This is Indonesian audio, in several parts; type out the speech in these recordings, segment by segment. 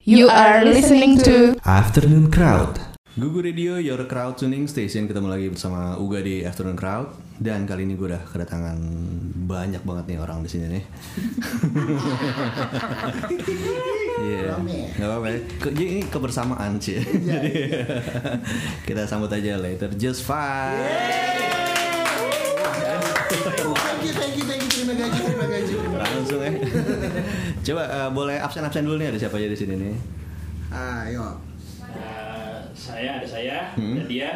You are listening to Afternoon Crowd. Gugu Radio, your crowd tuning station. Ketemu lagi bersama Uga di Afternoon Crowd. Dan kali ini gue udah kedatangan banyak banget nih orang di sini nih. Iya, nggak apa-apa. Jadi ini kebersamaan sih. Jadi kita sambut aja later just fine. Thank you, terima gaji. Langsung ya. Coba boleh absen dulu nih, ada siapa aja di sini nih? Ayo. Ada saya dan dia.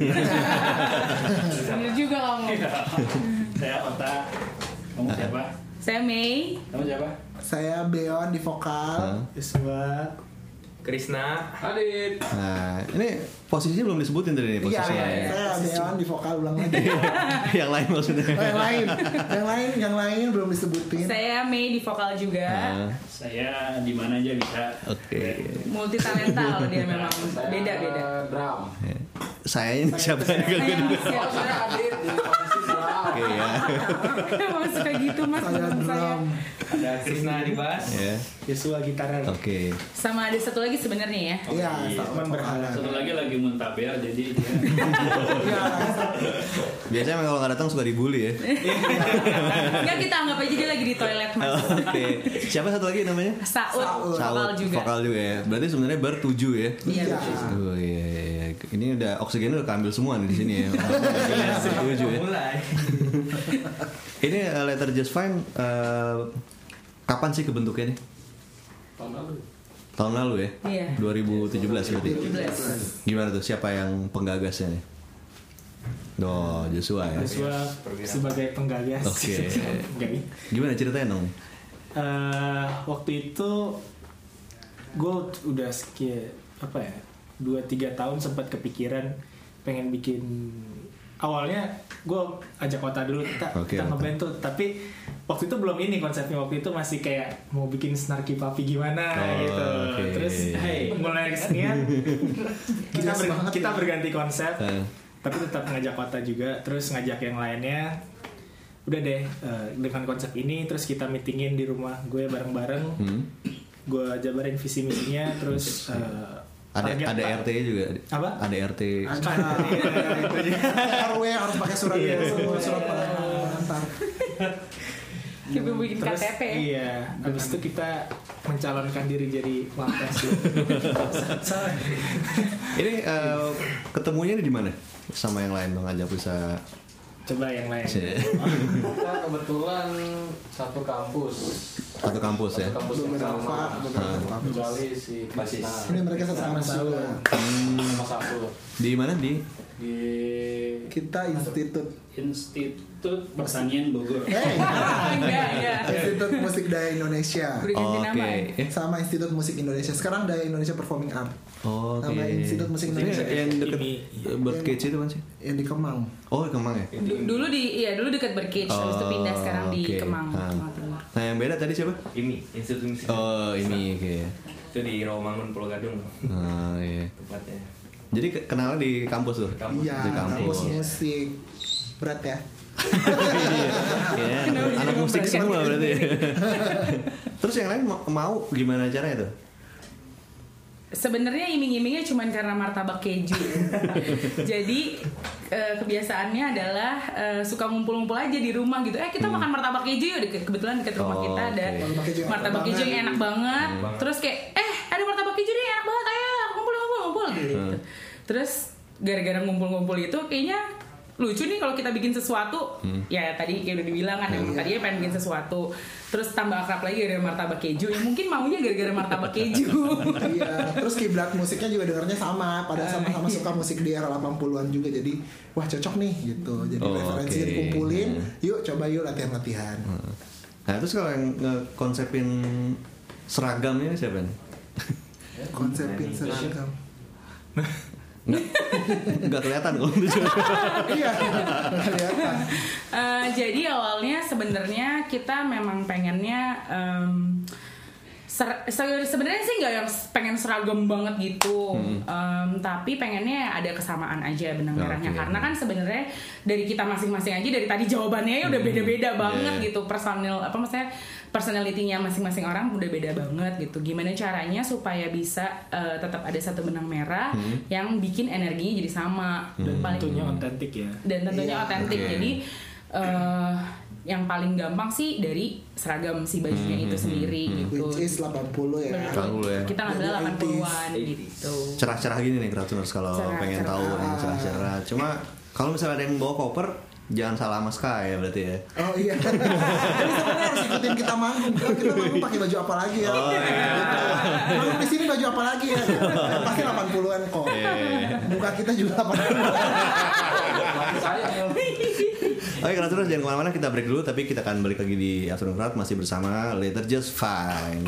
Bener juga kamu. Saya Ota. Kamu siapa? Saya Mei. Kamu siapa? Saya Beon di vokal. Iswat. Krisna, Adit. Nah, ini posisinya belum disebutin tadi nih posisinya. Iya, saya Beon di vokal, ulang lagi. Yang lain maksudnya. Yang lain belum disebutin. Saya Mei di vokal juga. Saya di mana aja bisa. Oke. Multi talental dia memang. Beda-beda. Drum. Saya ini siapa nih kalau gitu? Saya Adit di posisi drum. Oke ya. Mas kayak gitu Mas. Saya drum. Ada Krisna di bass. Ya. Yesua gitaran. Oke. Sama ada satu lagi sebenarnya ya. Iya, sama berhala. Satu lagi muntaber jadi dia. Iya. Biasanya emang kalau nggak datang suka dibully ya. Enggak, kita anggap aja dia lagi di toilet Mas. Oke. Siapa satu lagi namanya? Saud, vokal juga. Vokal juga ya. Berarti sebenarnya bertujuh ya. Iya. Oh iya. Ini udah oksigen udah keambil semua nih di sini ya. Bertujuh ya. Mulai. Ini Letter Just Fine. Kapan sih kebentuknya nih? Tahun lalu ya? Iya. 2017 berarti. 17. Gimana tuh? Siapa yang penggagasnya nih? Joshua ya. Joshua sebagai penggagas. Oke. Jadi, Gimana ceritain dong? waktu itu gue udah 2-3 tahun sempat kepikiran pengen bikin. Awalnya gue ajak Kota dulu kita ngeband tuh, tapi waktu itu belum ini konsepnya. Waktu itu masih kayak mau bikin Snarky Puppy gimana gitu. Okay. Terus mulai kesenian kita berganti konsep, tapi tetap ngajak Kota juga, terus ngajak yang lainnya. Udah deh dengan konsep ini, terus kita meetingin di rumah gue bareng-bareng. Gue jabarin visi misinya, terus ada RT juga. Apa? Ada RT. RW harus pakai surat surat pengantar. Kita bikin Terus, KTP. Iya, habis itu kita mencalonkan diri jadi wapres. Ini ketemunya di mana? Sama yang lain dong, ngajak bisa. Coba yang lain. Kita kebetulan satu kampus. Satu kampus ya. Satu kampus yang sama. Beberapa. Kecuali si basis. Ini mereka sama juga. Sama satu. Di mana di? Di Kita Institut Pertanian Bogor. Enggak. Institut Musik Daya Indonesia. Udah ganti nama. ya? Sama Institut Musik Indonesia. Sekarang Daya Indonesia Performing Art. Oke. Nama Institut Musik Indonesia. Yang deket Birdcage itu kan sih? Yang di Kemang. Oh, Kemang ya? Dulu dekat Birdcage, habis itu pindah sekarang di Oke. Kemang. Nah, yang beda tadi siapa? IMI, Institut Musik. Oh, ini oke. Itu di Rawamangun, Pulau Gadung Oh, iya. tempatnya. Jadi kenalnya di kampus tuh? Kampus. Iya, Di kampus. kampus musik. Berat ya. Iya, anak musik semua berarti. Terus yang lain mau gimana caranya tuh? Sebenarnya iming-imingnya cuma karena martabak keju. Jadi kebiasaannya adalah suka ngumpul-ngumpul aja di rumah gitu. Kita makan martabak keju yuk. Kebetulan dekat rumah kita ada martabak keju yang enak banget. Terus kayak ada martabak keju nih enak banget, ayo ngumpul gitu. Terus gara-gara ngumpul-ngumpul itu kayaknya lucu nih kalau kita bikin sesuatu. Ya tadi kayak udah dibilang kan, emang tadinya pengen bikin sesuatu, terus tambah akrab lagi gara-gara martabak keju. Ya mungkin maunya gara-gara martabak keju. Iya, terus kiblat musiknya juga dengarnya sama, pada sama-sama suka musik di era 80-an juga, jadi wah cocok nih gitu. Jadi referensinya dikumpulin, yuk coba yuk latihan-latihan. Nah, terus kalau yang ngekonsepin seragamnya siapa nih? Konsepin seragam. Nggak kelihatan kalau itu. Iya, nggak kelihatan. Jadi awalnya sebenarnya kita memang pengennya sebenarnya sih nggak yang pengen seragam banget gitu, tapi pengennya ada kesamaan aja benang merahnya. Karena kan sebenarnya dari kita masing-masing aja dari tadi jawabannya udah beda-beda banget gitu, personil maksudnya personality-nya masing-masing orang udah beda banget gitu. Gimana caranya supaya bisa tetap ada satu benang merah yang bikin energinya jadi sama dan tentunya otentik ya. Dan tentunya Iya. otentik. Oke. Jadi yang paling gampang sih dari seragam si bajunya itu sendiri gitu. Which is 80 ya. Bener. 80 ya. Kita ngambil Dari 80-an 80s. gitu. Cerah-cerah gini nih Crowdtuners kalau Cerah-cerah. pengen tahu yang cerah-cerah. Cuma kalau misalnya ada yang bawa koper, jangan salah sama Sky ya berarti ya. Oh iya. Jadi sebenarnya harus ikutin kita manggung. Kita manggung pakai baju apa lagi ya? Oh, iya. Gitu. Manggung di sini baju apa lagi ya? Pasti 80-an kok. Muka kita juga 80-an. Oke, Crowdtuners jangan kemana-mana, kita break dulu. Tapi kita akan balik lagi di Afternoon Crowd masih bersama Later Just Fine.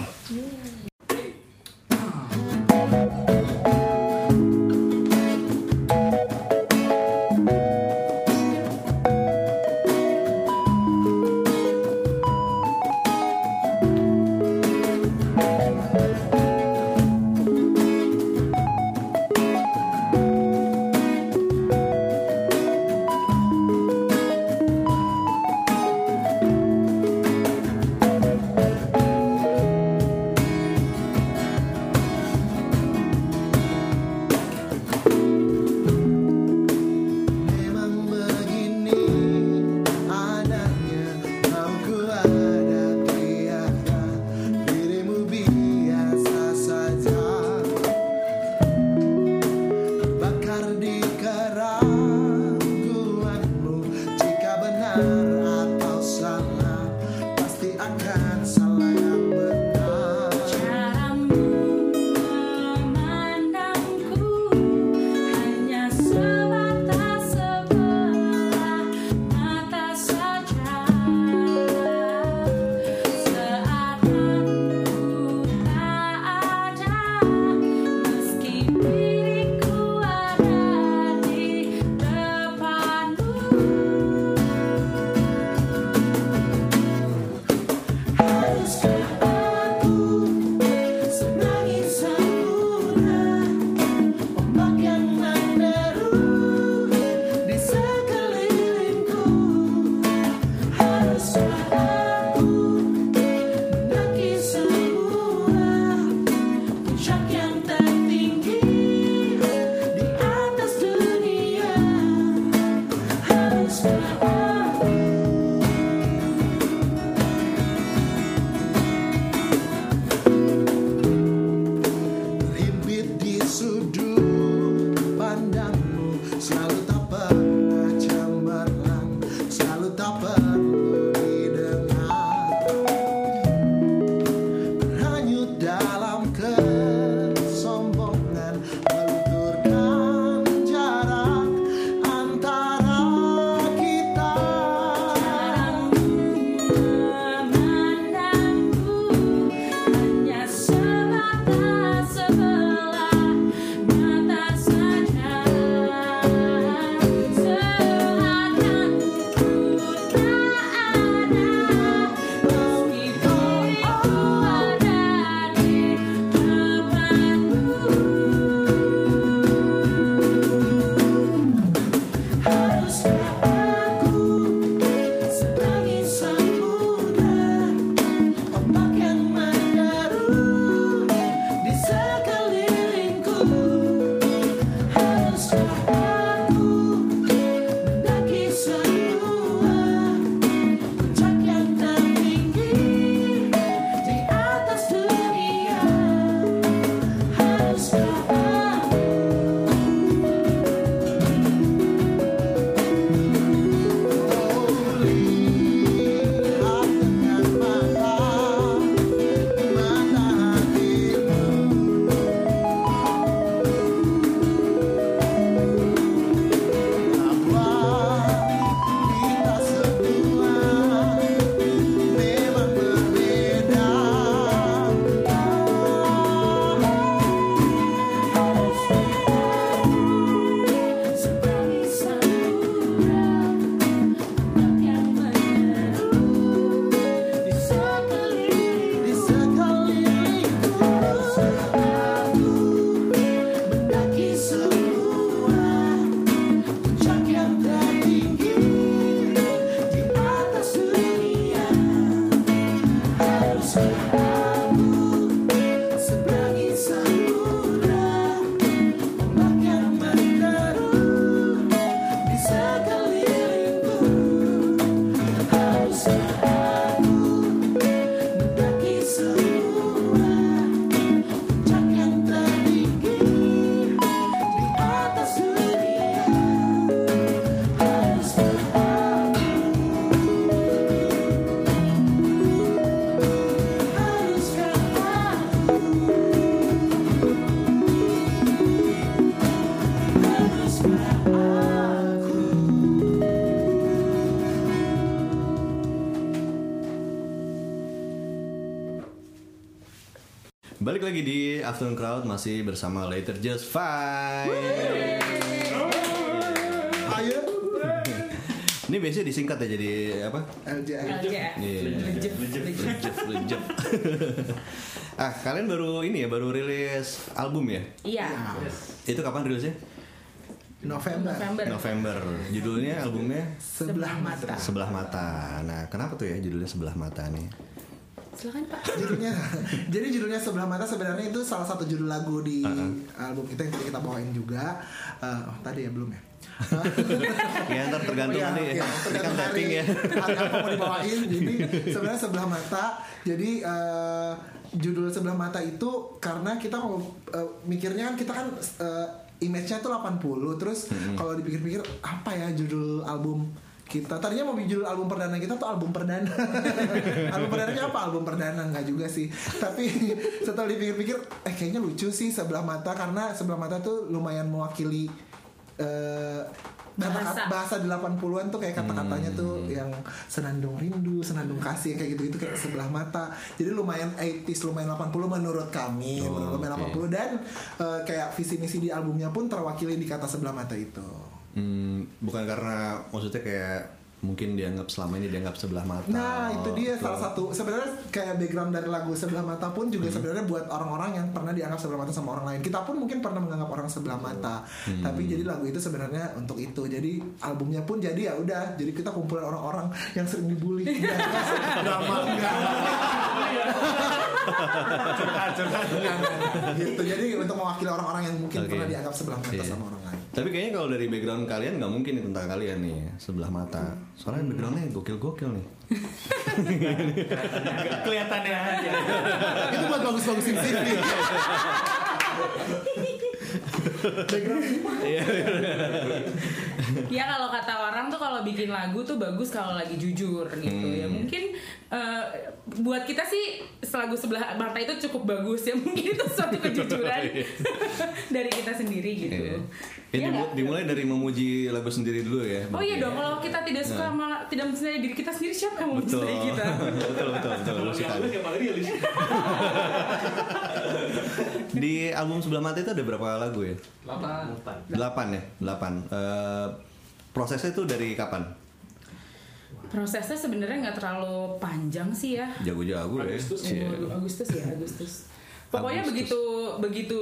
Memang begini adanya, mau ku ada tiada, dirimu biasa saja, bakar di keraguanmu. Jika benar atau salah, pasti akan salah yang benar. Caramu memandangku hanya sebatas sebelah mata saja, seakan ku tak ada meski diriku ada di depanmu. Haruskah aku senangi samudra, ombak yang menderu di sekelilingku? Haruskah aku mendaki sebuah puncak yang tertinggi di atas dunia? Haruskah aku terhimpit di sudut pandangmu, selalu tak pernah cemerlang, selalu tak perlu didengar, terhanyut dalam kenangan. lagi di Afternoon Crowd, masih bersama Later Just Fine. Ayo. Ini biasanya disingkat ya jadi apa? LJF. Lejep. Kalian baru ini ya, baru rilis album ya? Iya. Itu kapan rilisnya? November. Judulnya albumnya Sebelah Mata. Sebelah Mata. Nah, kenapa tuh ya judulnya Sebelah Mata nih? Silakan Pak. Jadi judulnya Sebelah Mata sebenarnya itu salah satu judul lagu di album kita yang tadi kita bawain juga. Tadi ya belum ya? Ya ntar tergantung nih. Tergantung Tapping ya. hari apa mau dibawain. Jadi sebenarnya Sebelah Mata. Jadi judul Sebelah Mata itu karena kita mau mikirnya kan kita kan image-nya tuh 80. Terus kalau dipikir-pikir apa ya judul album kita, tadinya mau judul album perdana kita tuh album perdana. Album perdananya apa? Album perdana enggak juga sih. Tapi setelah dipikir-pikir kayaknya lucu sih Sebelah Mata, karena Sebelah Mata tuh lumayan mewakili bahasa di 80-an tuh, kayak kata-katanya tuh yang senandung rindu, senandung kasih, kayak gitu-gitu, kayak Sebelah Mata. Jadi lumayan 80s, lumayan 80 menurut kami, lumayan 80. Dan kayak visi misi di albumnya pun terwakili di kata Sebelah Mata itu. Bukan karena maksudnya kayak mungkin selama ini dianggap sebelah mata. Nah itu dia salah satu sebenarnya kayak background dari lagu Sebelah Mata pun juga sebenarnya buat orang-orang yang pernah dianggap sebelah mata sama orang lain. Kita pun mungkin pernah menganggap orang sebelah mata. Tapi jadi lagu itu sebenarnya untuk itu. Jadi albumnya pun jadi ya udah. Jadi kita kumpulan orang-orang yang sering dibully. Drama enggak. Gitu. Jadi untuk mewakili orang-orang yang mungkin pernah dianggap sebelah mata sama orang lain. Tapi kayaknya kalau dari background kalian nggak mungkin nih tentang kalian nih Sebelah Mata. Soalnya backgroundnya gokil-gokil nih. Kelihatannya aja. Itu buat bagus-bagusin CV. Ya kalau kata orang tuh kalau bikin lagu tuh bagus kalau lagi jujur gitu ya. Mungkin buat kita sih lagu Sebelah Mata itu cukup bagus ya. Mungkin itu suatu kejujuran dari kita sendiri gitu. Ya, dimulai dari memuji lagu sendiri dulu ya. Oh iya dong, kalau kita tidak suka malah tidak mencintai diri kita sendiri, siapa yang mau mencintai kita? Betul. Di album Sebelah Mata itu ada berapa lagu ya? 8 ya? 8. Prosesnya itu dari kapan? Prosesnya sebenarnya nggak terlalu panjang sih ya. Jago-jago ya. Agustus. Pokoknya begitu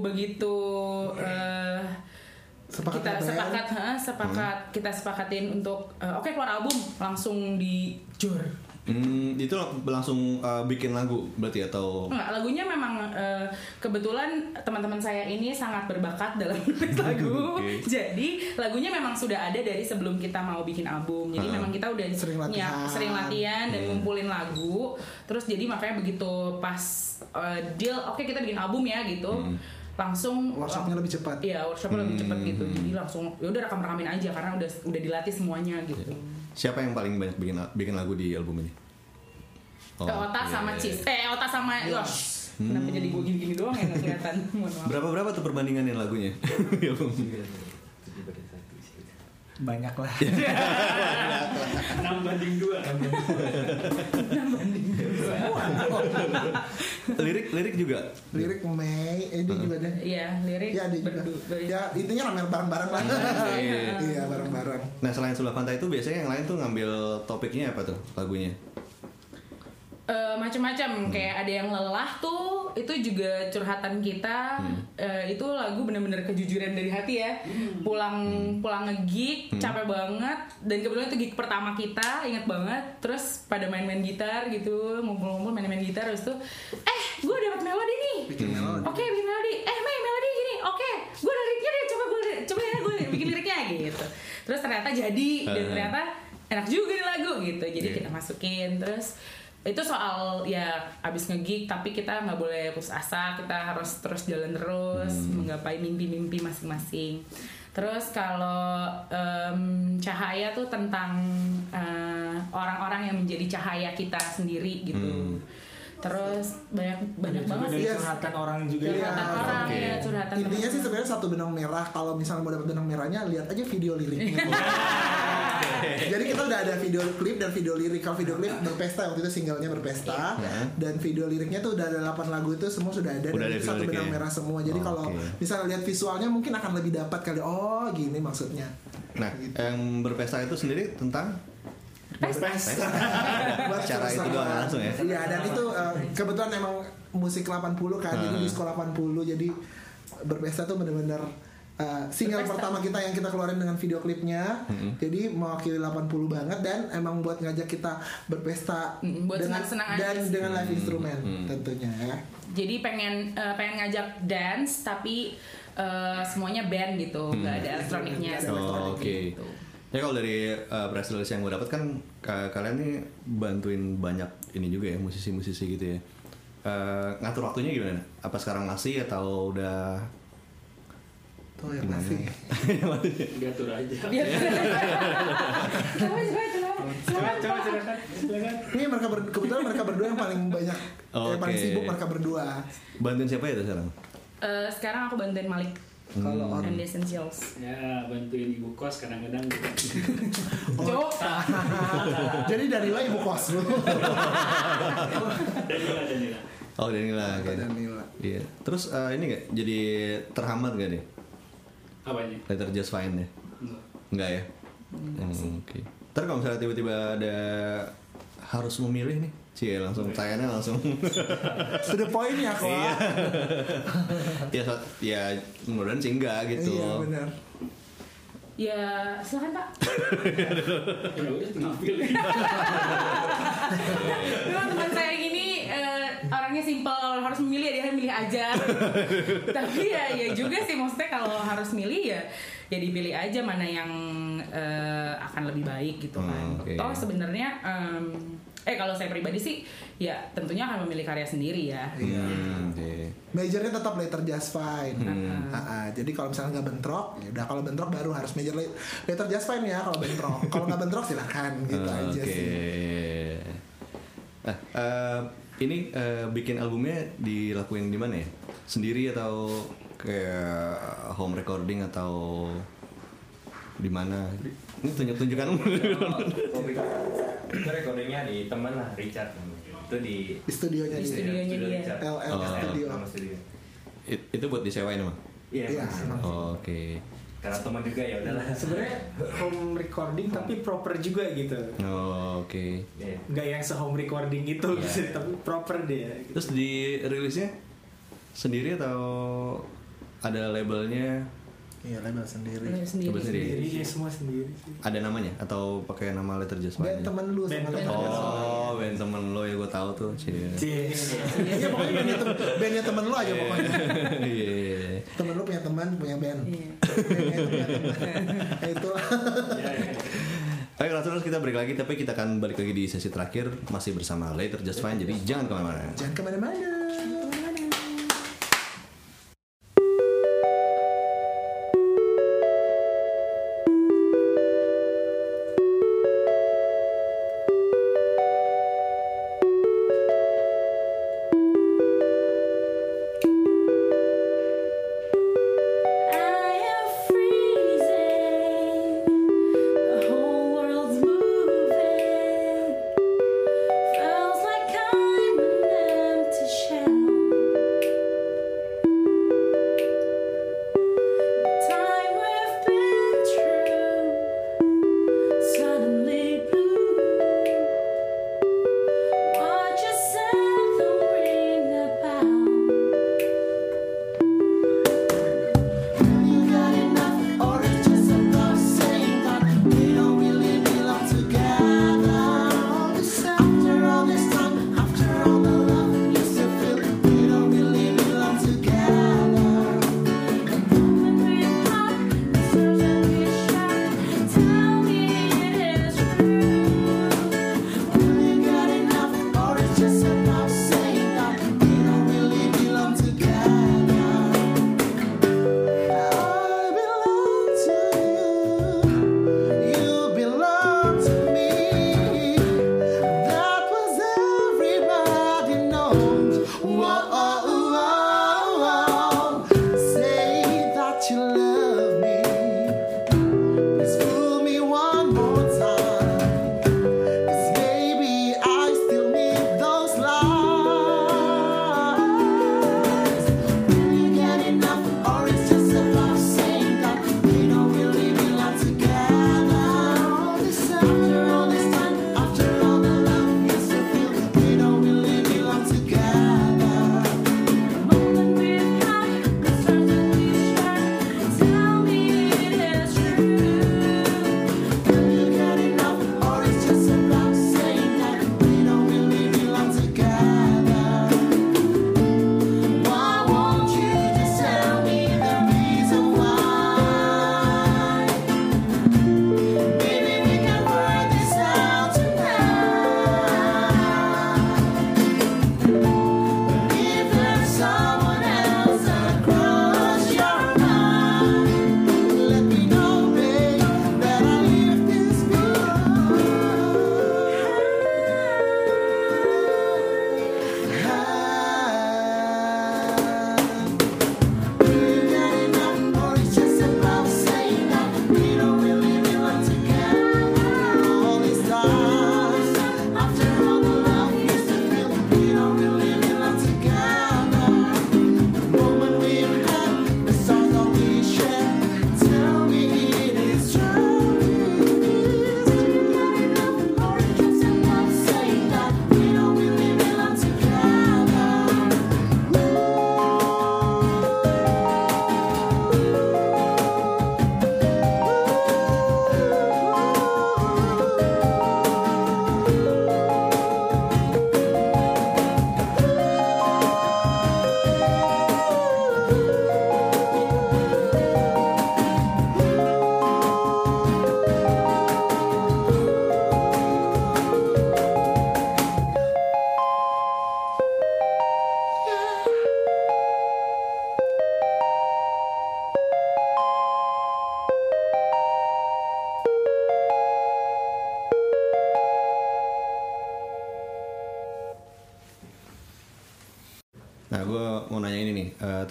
kita sepakatin untuk keluar album langsung dijor. Itu langsung bikin lagu berarti atau? Enggak, lagunya memang kebetulan teman-teman saya ini sangat berbakat dalam menulis lagu. Jadi lagunya memang sudah ada dari sebelum kita mau bikin album. Jadi memang kita udah sering latihan dan ngumpulin lagu. Terus jadi makanya begitu pas deal kita bikin album ya gitu. Langsung workshopnya lebih cepat. Iya, workshopnya lebih cepat gitu. Jadi langsung ya udah rekam-rekamin aja karena udah dilatih semuanya gitu. Siapa yang paling banyak bikin lagu di album ini? Ota sama Cis. Ota sama Yosh. Kenapa jadi gue gini-gini doang ya, nggak kelihatan. Berapa tuh perbandingannya lagunya? Banyak lah. 6:2. Lirik juga. Lirik Mei, dia juga deh. Iya, lirik. Ya, dia juga. Ya intinya ramer bareng-bareng lah. Iya, bareng-bareng. Nah, selain Sebelah Pantai itu biasanya yang lain tuh ngambil topiknya apa tuh lagunya? Macam-macam, kayak ada yang lelah tuh, itu juga curhatan kita. Itu lagu bener-bener kejujuran dari hati ya. Pulang nge-gig, capek banget, dan kebetulan itu gig pertama kita, inget banget. Terus pada main-main gitar gitu, ngumpul-ngumpul main-main gitar, terus tuh gue dapet melodi nih. Bikin melodi. Melodi gini. Gue ada liriknya deh, coba ya gue bikin liriknya gitu. Terus ternyata jadi, dan ternyata enak juga nih lagu gitu. Jadi kita masukin. Terus itu soal ya abis nge-gig tapi kita nggak boleh putus asa, kita harus terus jalan terus menggapai mimpi-mimpi masing-masing. Terus kalau cahaya tuh tentang orang-orang yang menjadi cahaya kita sendiri gitu. Terus banyak banget sih curhatan orang juga. Curhatan intinya sih sebenarnya satu benang merah. Kalau misalnya mau dapat benang merahnya, lihat aja video liriknya. Jadi kita udah ada video klip dan video lirik. Kalau video klip berpesta, waktu itu singlenya berpesta, dan video liriknya tuh udah ada 8 lagu itu semua sudah ada, Udah dan ada itu satu video benang liriknya. merah semua. Jadi kalau misalnya lihat visualnya mungkin akan lebih dapat kali. Oh gini maksudnya. Nah, yang berpesta itu sendiri tentang Pesta. Buat Cara itu suasana. doang langsung ya? Iya, dan itu kebetulan emang musik 80 kan, jadi disco 80. Jadi berpesta tuh bener-bener single pertama kita yang kita keluarin dengan video klipnya. Jadi mewakili 80 banget dan emang buat ngajak kita berpesta Buat dengan senang-senang dan aja. dengan live instrumen tentunya ya. Jadi pengen ngajak dance tapi semuanya band gitu, nggak ada elektroniknya. Oh, oke. Gitu. Ya kalau dari press release yang gue dapat kan kalian nih bantuin banyak ini juga ya musisi-musisi gitu ya. Ngatur waktunya gimana? Apa sekarang masih atau udah Tuh ya masih. Diatur aja. Biar Coba silakan. Ini kebetulan mereka berdua yang paling banyak, yang paling Oke. sibuk mereka berdua. Bantuin siapa ya tuh sekarang? sekarang aku bantuin Malik Kalau and the Essentials. Ya bantuin ibu kos kadang-kadang gitu. Jo. Jadi Danila ibu kos lu. Danila. Oh Danila. Oke. Danila. Iya. Terus ini gak jadi terhambat gak nih? Apanya? Later Just Fine ya? Enggak ya? Oke. Ntar kalau misalnya tiba-tiba ada harus memilih nih, langsung tayangnya langsung. To the point ya kok. ya mudah-mudahan sih enggak gitu. Iya benar. Ya silakan Pak. Ya udah tinggal pilih. Memang teman saya yang ini orangnya simpel, harus memilih ya dia milih aja. Tapi ya juga sih maksudnya kalau harus milih ya dipilih aja mana yang akan lebih baik gitu kan. Oke. Toh sebenarnya kalau saya pribadi sih ya tentunya akan memilih karya sendiri ya. Oke. Majornya tetap Later Just Fine. Jadi kalau misalnya nggak bentrok, ya udah kalau bentrok baru harus major Later Just Fine ya kalau bentrok. Kalau nggak bentrok silakan gitu aja Oke. sih. Nah, ini bikin albumnya dilakuin di mana ya? Sendiri atau kayak home recording atau di mana? Ini tunjukan. Itu recordingnya di teman lah, Richard. Itu di Di studionya Di dia. studionya dia. Richard. LL Oh. Studio. Nama studio. Itu buat disewain emang? Iya. Iya, emang. Oh, oke. Karena teman juga ya udahlah. Sebenarnya home recording tapi proper juga gitu. Oh, oke. Iya. Nggak yang se-home recording gitu, gitu, tapi proper dia. Gitu. Terus di rilisnya sendiri atau ada labelnya? Iya, label sendiri. Label sendiri. Label sendiri. Sendiri ya, semua sendiri sih. Ada namanya atau pakai nama Letter Just Band Fine? temen lu sama Band Later temen. Just Fine. Oh, band temen lo ya gue tahu tuh. Cie. Iya pokoknya bandnya temen lu aja pokoknya. Iya. Temen lu punya teman, punya band. Iya. Bandnya itu punya teman. Itu. Oke, terus kita break lagi, tapi kita akan balik lagi di sesi terakhir masih bersama Later Just Fine. Jadi jangan kemana-mana. Jangan kemana-mana. I am freezing. The whole world's moving. Feels like I'm an empty shell.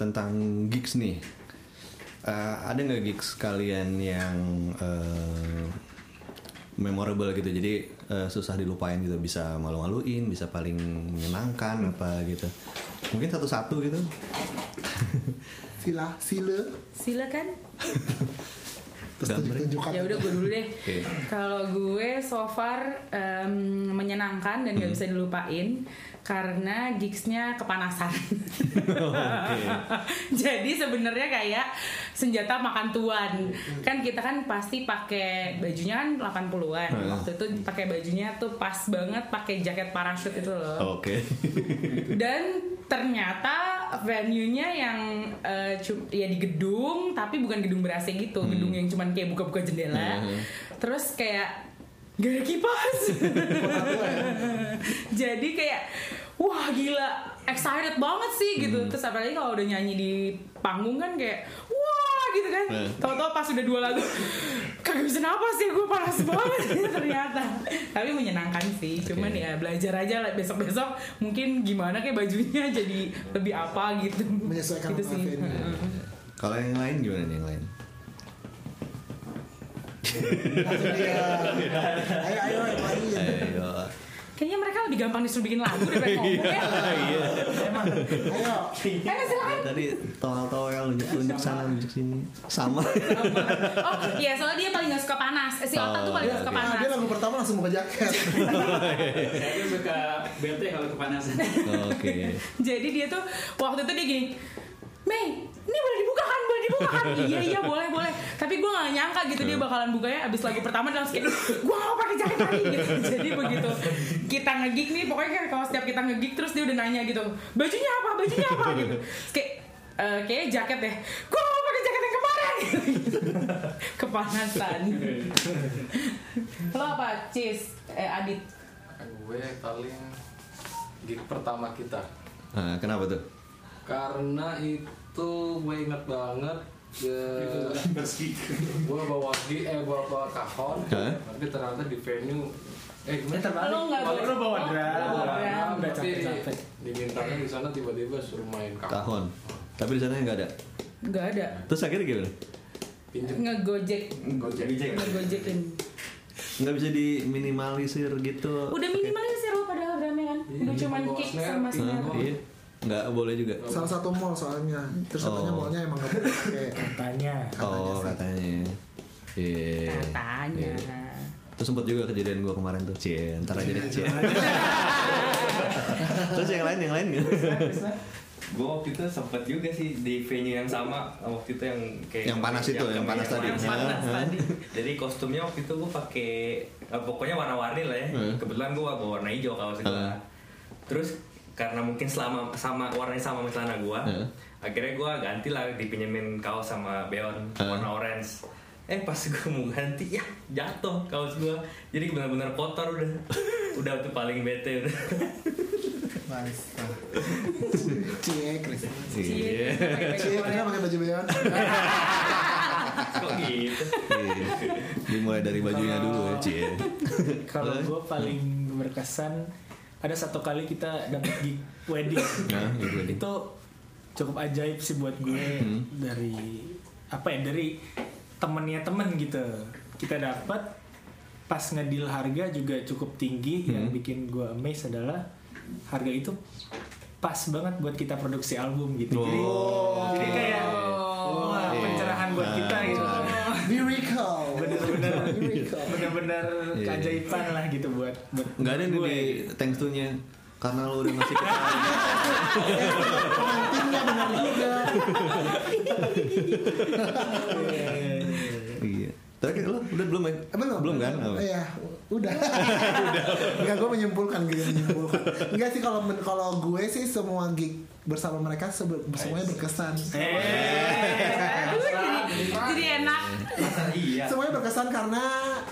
tentang gigs nih. Ada nggak gigs kalian yang memorable gitu? Jadi susah dilupain gitu, bisa malu-maluin, bisa paling menyenangkan apa gitu. Mungkin satu-satu gitu. Silakan. Terus tunjukkan. Ya udah gue dulu deh. Okay. Kalau gue so far menyenangkan dan gak bisa dilupain karena gigsnya kepanasan. Jadi sebenarnya kayak senjata makan tuan. Kan kita kan pasti pakai bajunya kan 80-an. Waktu itu pakai bajunya tuh pas banget, pakai jaket parachute itu loh. Oke. Dan ternyata venue-nya yang ya di gedung, tapi bukan gedung ber-AC gitu, gedung yang cuman kayak buka-buka jendela. Terus kayak gak ada kipas. Jadi kayak wah gila, excited banget sih gitu. Terus apalagi kalau udah nyanyi di panggung kan kayak wah gitu kan. Tahu-tahu pas udah 2 lagu kagak bisa napas ya, gue panas banget ternyata. Tapi menyenangkan sih. Cuman ya belajar aja lah besok-besok mungkin gimana kayak bajunya jadi lebih apa gitu. Menyesuaikan gitu sih. Kalau yang lain gimana nih yang lain? Ayo yang lain. Ayo. Kayaknya mereka lebih gampang disuruh bikin lagu daripada ngomong ya. Iya. Emang. Ayo. Silakan. Tadi toel nunjuk sana nunjuk sini sama. Oh iya, soalnya dia paling gak suka panas. Si Otak tuh paling gak suka panas. Dia lagu pertama langsung buka jaket. Saya suka bete kalau kepanasan. Oke. Jadi dia tuh waktu itu dia gini, Mei, ini boleh dibuka kan? Iya boleh. Tapi gue gak nyangka gitu dia bakalan bukanya abis lagu pertama dia langsung kayak, gue gak mau pakai jaket lagi gitu. Jadi begitu kita nge-gig nih, pokoknya kan kalau setiap kita nge-gig terus dia udah nanya gitu, bajunya apa gitu. Terus kayak jaket deh, gue gak mau pakai jaket yang kemarin gitu. Kepanasan. Lo apa? Cis? Adit? Gue paling gig pertama kita. Kenapa tuh? Karena itu gue inget banget gue bawa kahon, tapi ternyata di venue Lo nggak Lo bawa drum, tapi dimintanya di sana tiba-tiba suruh main Kahon. Tapi di sana nggak ada. Nggak ada. Terus akhirnya gimana? Pinjem Ngegojekin. Nggak bisa diminimalisir gitu. Udah minimalisir lo padahal drumnya kan. Udah cuman kick sama snare. Iya. Nggak boleh juga. Salah satu mall soalnya. Terus katanya mallnya emang nggak boleh. Katanya. Katanya. Iya. Katanya. Terus sempet juga kejadian gue kemarin tuh. Ntar aja deh. Terus yang lain Gue waktu itu sempet juga sih di venue yang sama waktu itu yang kayak yang panas itu, yang panas tadi. Jadi kostumnya waktu itu gue pakai pokoknya warna-warni lah ya. Kebetulan gue bawa warna hijau kaos gue. Terus karena mungkin warnanya sama celana gue, akhirnya gue ganti lah, dipinjemin kaos sama Beon warna orange. Pas gue mau ganti ya jatuh kaos gue, jadi benar-benar kotor udah tuh paling bete udah. Masa. Chris. Iya. Kenapa pakai baju Beon? Kok gitu? Dimulai dari bajunya dulu ya, Kalau gue paling berkesan ada satu kali kita dapat gig wedding. Itu cukup ajaib sih buat gue. Dari temennya temen gitu. Kita dapat pas ngedeal harga juga cukup tinggi. Yang bikin gue amazed adalah harga itu pas banget buat kita produksi album gitu. Jadi kayak pencerahan buat kita gitu. Miracle. Bener-bener keajaiban lah gitu buat nggak ada nih di thanks to-nya karena lo udah ngasih kita. Pengantinnya benar juga. Iya. Terakhir lo udah belum ya? Belum kan? Iya, udah. Enggak, gue menyimpulkan. Enggak sih, kalau gue sih semua gig bersama mereka semuanya berkesan. Jadi enak. Iya. Semuanya berkesan karena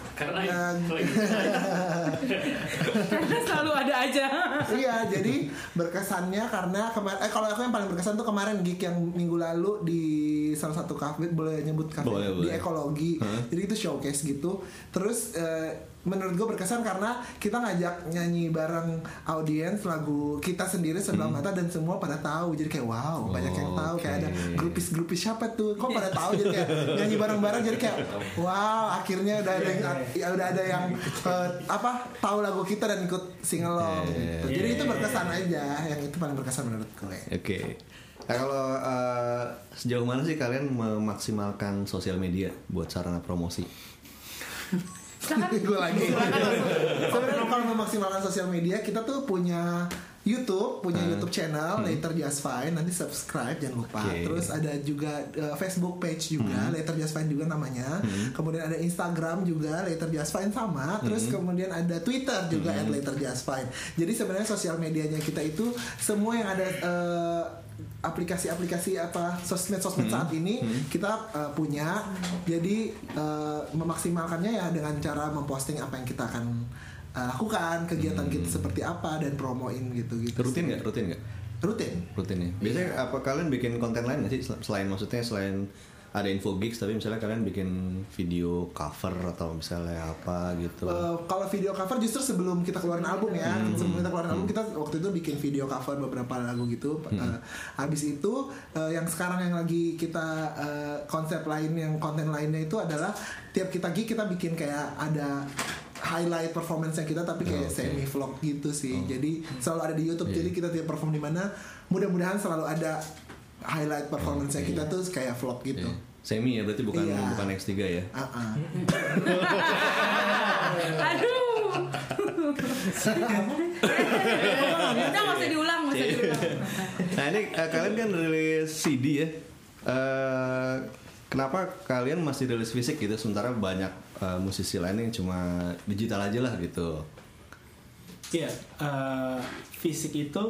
selalu ada aja. Iya, jadi berkesannya karena kalau aku yang paling berkesan tuh kemarin gig yang minggu lalu di salah satu kafe, boleh nyebut kafe, di Ekologi. Jadi itu showcase gitu. Terus menurut gue berkesan karena kita ngajak nyanyi bareng audiens lagu kita sendiri Sebelah Mata dan semua pada tahu, jadi kayak wow banyak yang tahu, kayak ada grupis siapa tuh kok pada tahu, jadi kayak nyanyi bareng-bareng, jadi kayak wow akhirnya udah ada yang tahu lagu kita dan ikut sing along gitu. Jadi itu berkesan aja, yang itu paling berkesan menurut gue. Oke. Nah, kalau sejauh mana sih kalian memaksimalkan sosial media buat sarana promosi? Gue lagi. Sebenarnya kalau memaksimalkan sosial media, kita tuh punya YouTube channel Later Just Fine, nanti subscribe jangan lupa. Terus ada juga Facebook page juga Later Just Fine juga namanya. Kemudian ada Instagram juga Later Just Fine sama. Terus kemudian ada Twitter juga @LaterJustFine. Jadi sebenarnya sosial medianya kita itu semua yang ada aplikasi-aplikasi sosmed saat ini kita punya. Jadi memaksimalkannya ya dengan cara memposting apa yang kita akan lakukan, kegiatan kita seperti apa dan promoin gitu. Rutin nggak? Rutin ya. Biasanya apa kalian bikin konten lain nggak sih selain ada info gigs, tapi misalnya kalian bikin video cover atau misalnya apa gitu? Kalau video cover justru sebelum kita keluarin album ya, sebelum kita keluarin album kita waktu itu bikin video cover beberapa lagu gitu. Habis itu yang sekarang yang lagi kita konten lainnya itu adalah tiap kita gig kita bikin kayak ada highlight performance-nya kita tapi kayak semi vlog gitu sih. Jadi selalu ada di YouTube. Jadi kita tiap perform di mana, mudah-mudahan selalu ada highlight performance-nya kita tuh kayak vlog gitu. Semi ya, berarti bukan X3 ya. Aduh. Kita nggak usah diulang. Nah ini kalian kan rilis CD ya. Kenapa kalian masih rilis fisik gitu, sementara banyak musisi lain yang cuma digital aja lah gitu? Iya, fisik itu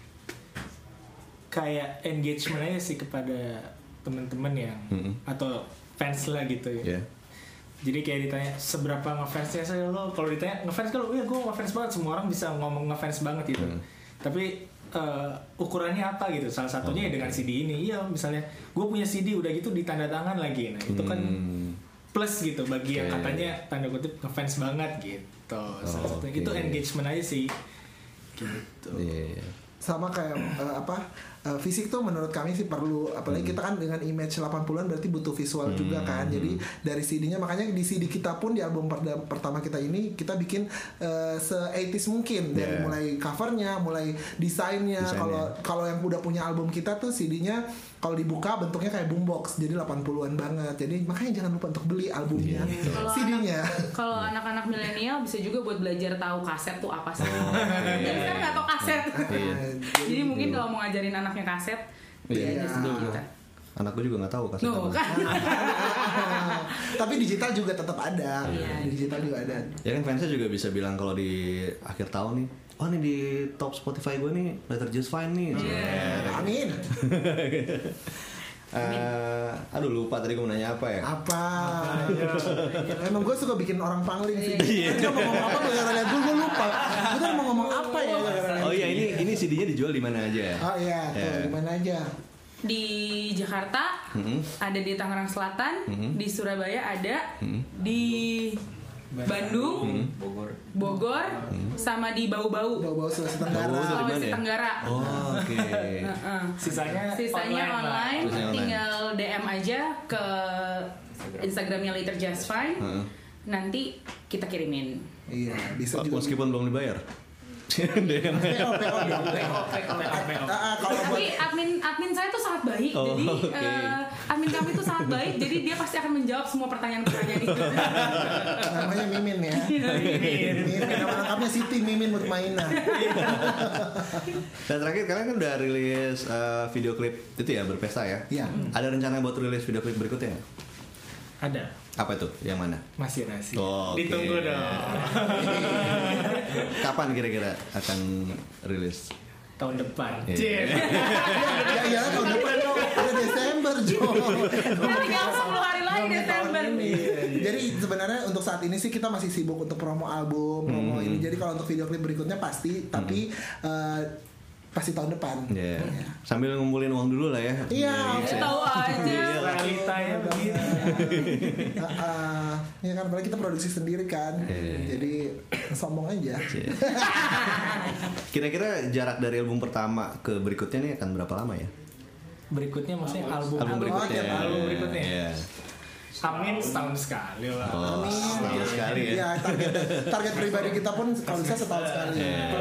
kayak engagement aja sih kepada teman-teman yang atau fans lah gitu ya. Jadi kayak ditanya seberapa ngefansnya saya lo, kalau ditanya ngefans kan, ya gue ngefans banget, semua orang bisa ngomong ngefans banget gitu. Tapi ukurannya apa gitu? Salah satunya ya dengan CD ini. Iya, misalnya gue punya CD udah gitu ditanda tangan lagi. Nah itu kan plus gitu bagi yang katanya tanda kutip ngefans banget gitu. Salah satunya itu engagement aja sih. Gitu. Sama kayak fisik tuh menurut kami sih perlu, apalagi kita kan dengan image 80-an berarti butuh visual juga kan. Jadi dari CD-nya, makanya di CD kita pun di album pertama kita ini kita bikin se-80s mungkin, dari mulai covernya, mulai desainnya. Kalau yang udah punya album kita tuh CD-nya kalau dibuka bentuknya kayak boombox, jadi 80-an banget. Jadi makanya jangan lupa untuk beli albumnya, CD-nya. Kalau anak-anak milenial bisa juga buat belajar tahu kaset tuh apa sih. Jadi kan nggak tahu kaset. Jadi mungkin kalau mau ngajarin anaknya kaset, aja sedih kita. Anakku juga nggak tahu kaset apa. Tapi digital juga tetap ada. Digital juga ada. Ya kan fansnya juga bisa bilang kalau di akhir tahun nih, oh nih di top Spotify gue nih Later Just Fine nih. Amin. Aduh lupa tadi gue mau nanya apa ya? Apa? Emang gue suka bikin orang pangling sih. Tadi mau ngomong apa gara-gara liat gue lupa. Gue tadi mau ngomong apa ya? Oh iya, ini CD-nya dijual di mana aja? Oh iya, tuh di mana aja? Di Jakarta, ada di Tangerang Selatan, di Surabaya ada, di Bandung, Bogor, sama di Bau-Bau Sulawesi Tenggara. Oh, oke. Sisanya online. Tinggal DM aja ke Instagramnya Later Just Fine. Nanti kita kirimin. Iya, bisa juga. Meskipun belum dibayar. DM. Tapi admin saya tuh sangat baik, jadi admin kami tuh sangat baik, jadi dia pasti akan menjawab semua pertanyaan-pertanyaan itu. Namanya Mimin ya. Mimin. Nama lengkapnya Siti Mimin Mutmainah. Dan terakhir kalian kan udah rilis video klip itu ya, Berpesta ya. Iya. Ada rencana buat rilis video klip berikutnya? Ada. Apa itu? Yang mana? Masih rahasia. Ditunggu dong. Kapan kira-kira akan rilis? Tahun depan. Ya tahun depan dong. Udah Desember Jo. Tinggal 10 hari lagi Desember. Jadi sebenarnya untuk saat ini sih kita masih sibuk untuk promo album, promo ini. Jadi kalau untuk video klip berikutnya pasti, tapi pasti tahun depan. Sambil ngumpulin uang dulu lah ya. Iya. Tahu aja. Realita ya begitu. Ya kan, apalagi kita produksi sendiri kan. Jadi sombong aja. Kira-kira jarak dari album pertama ke berikutnya nih akan berapa lama ya? Berikutnya maksudnya album berikutnya. album berikutnya. Iya. Amin setahun sekali lah. Oh, setahun sekali ya. Ya, target pribadi kita pun kalau bisa setahun sekali.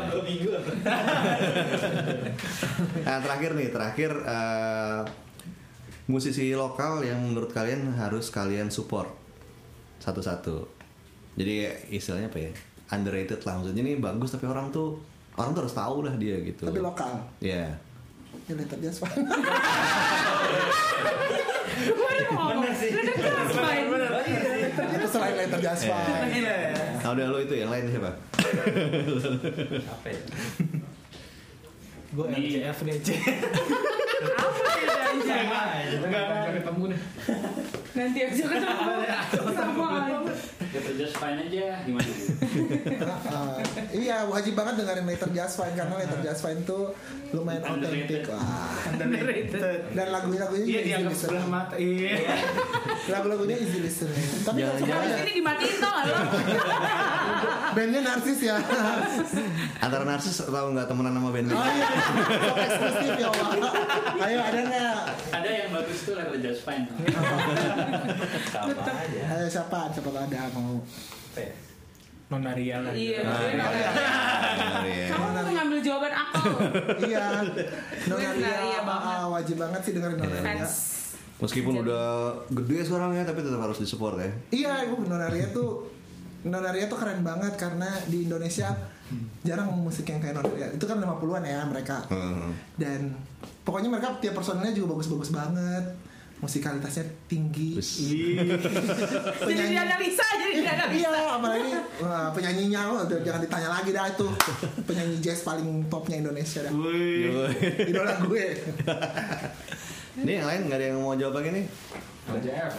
Nah, terakhir musisi lokal yang menurut kalian harus kalian support satu-satu. Jadi istilahnya apa ya? Underrated lah, maksudnya ini bagus tapi orang tuh harus tahu lah dia gitu. Tapi lokal. Iya. Ya Letter Just Fine. Itu selain Letter Just Fine. Nah, udah lo itu yang lain siapa? Apa ya? Gue LCF nih C. Apa bedanya? Enggak ketemu nih. Nanti aja ketemu. Sama aja. Letter Just Fine aja gimana? Iya, wajib banget dengerin Letter Just Fine karena Letter Just Fine tuh lumayan otentik. Dan lagunya Iya easy dianggap listening. sebelah mata. Iya. Lagu-lagunya easy listening. Tapi kan Habis ini dimatiin tau gak lo? bandnya narsis ya. Antara narsis atau nggak temenan sama band? Oh iya, so eksklusif ya Allah. Ayo ada nggak? Ada yang bagus tuh Letter Just Fine. Sama aja. Ayo siapa tahu ada mau. Apa ya? Nonaria lah. Iya. Iya. Kamu mau ngambil jawaban aku. Iya. Nonaria Nonaria banget. wajib banget sih dengerin Nonaria. Fans. Meskipun udah gede sekarang ya, tapi tetap harus disupport ya. Iya, Nonaria tuh keren banget karena di Indonesia jarang musik yang kayak Nonaria. Itu kan 50-an ya mereka. Dan pokoknya mereka tiap personilnya juga bagus-bagus banget. Musikalitasnya tinggi. Jadi dianalisa. Iya, apalagi penyanyinya jangan ditanya lagi dah itu. Penyanyi jazz paling topnya Indonesia dah. Idola gue. Ini yang lain nggak ada yang mau jawab lagi nih? LCF.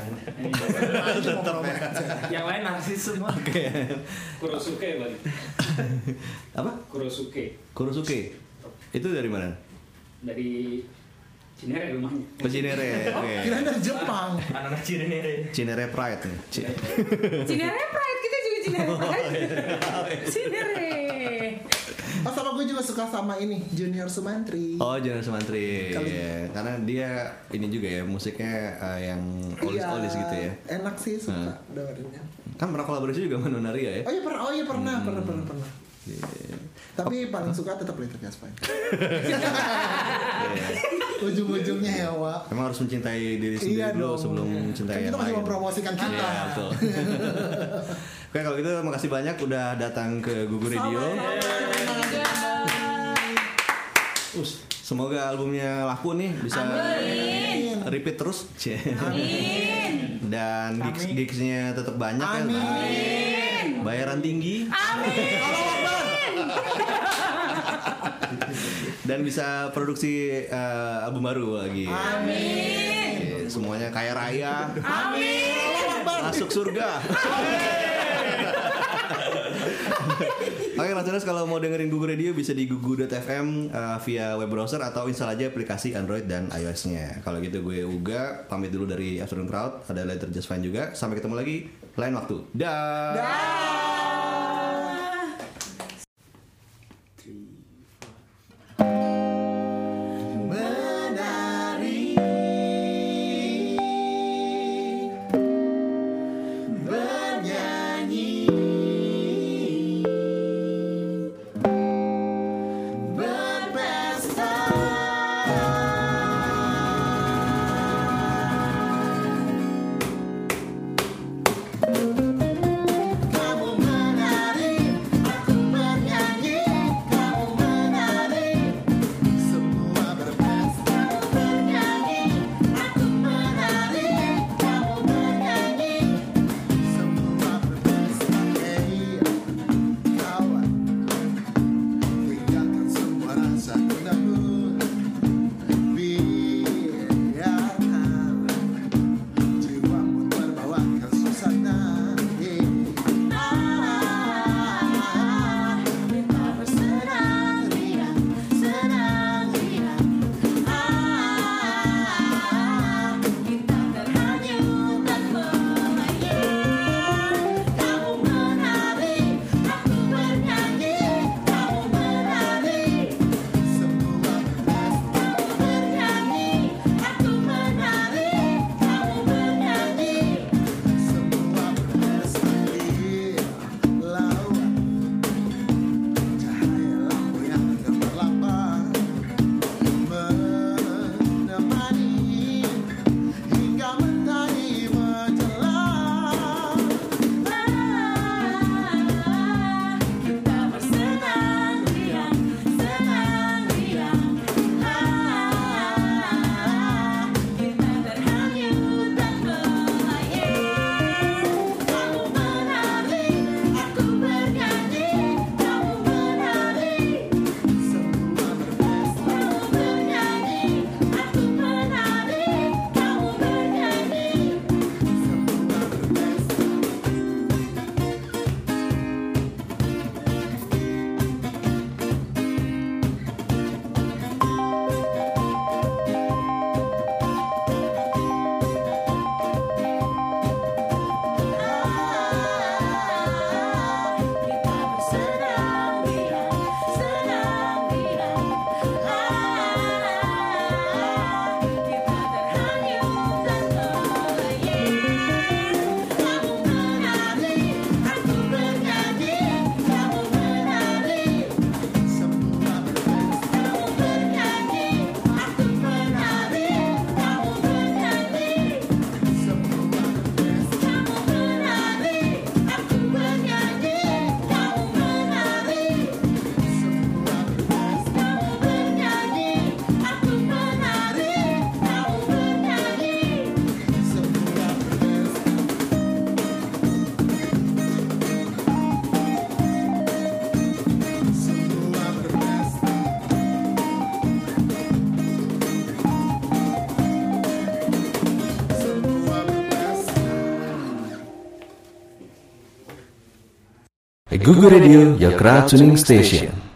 Yang lain narsis semua. Kurosuke balik. Apa? Kurosuke. Itu dari mana? Dari Cinere rumahnya. Cinere. Oke. Kirain dari Jepang. Anak Cinere. Cinere Pride nih. Cinere Pride, kita juga Cinere Pride. Cinere. Oh, sama gue juga suka sama ini Junior Sumantri. Oh, Junior Sumantri. Kali. Karena dia ini juga ya musiknya yang oldies gitu ya. Enak sih suka dengerinnya. Kan pernah kolaborasi juga sama Nonaria ya. Oh iya pernah. Tapi paling suka tetap Letter Just Fine. Ujung-ujungnya ya, Wak. Emang harus mencintai diri sendiri dulu sebelum mencintai kan yang kita masih lain. mempromosikan kita. Iya, betul. Oke, kalau gitu makasih banyak udah datang ke Gugu Radio. Semoga albumnya laku nih, bisa repeat terus. Amin. Dan gigs-gigsnya tetap banyak ya. Bayaran tinggi. Dan bisa produksi album baru lagi. Amin. Semuanya kaya raya. Amin. Masuk surga. Oke, listeners, kalau mau dengerin Gugu Radio bisa di gugu.fm via web browser atau install aja aplikasi Android dan iOS-nya. Kalau gitu gue Uga pamit dulu dari Afternoon Crowd. Ada Letter Just Fine juga. Sampai ketemu lagi lain waktu. Dah. Kamu Gugu Radio, your crowd tuning station.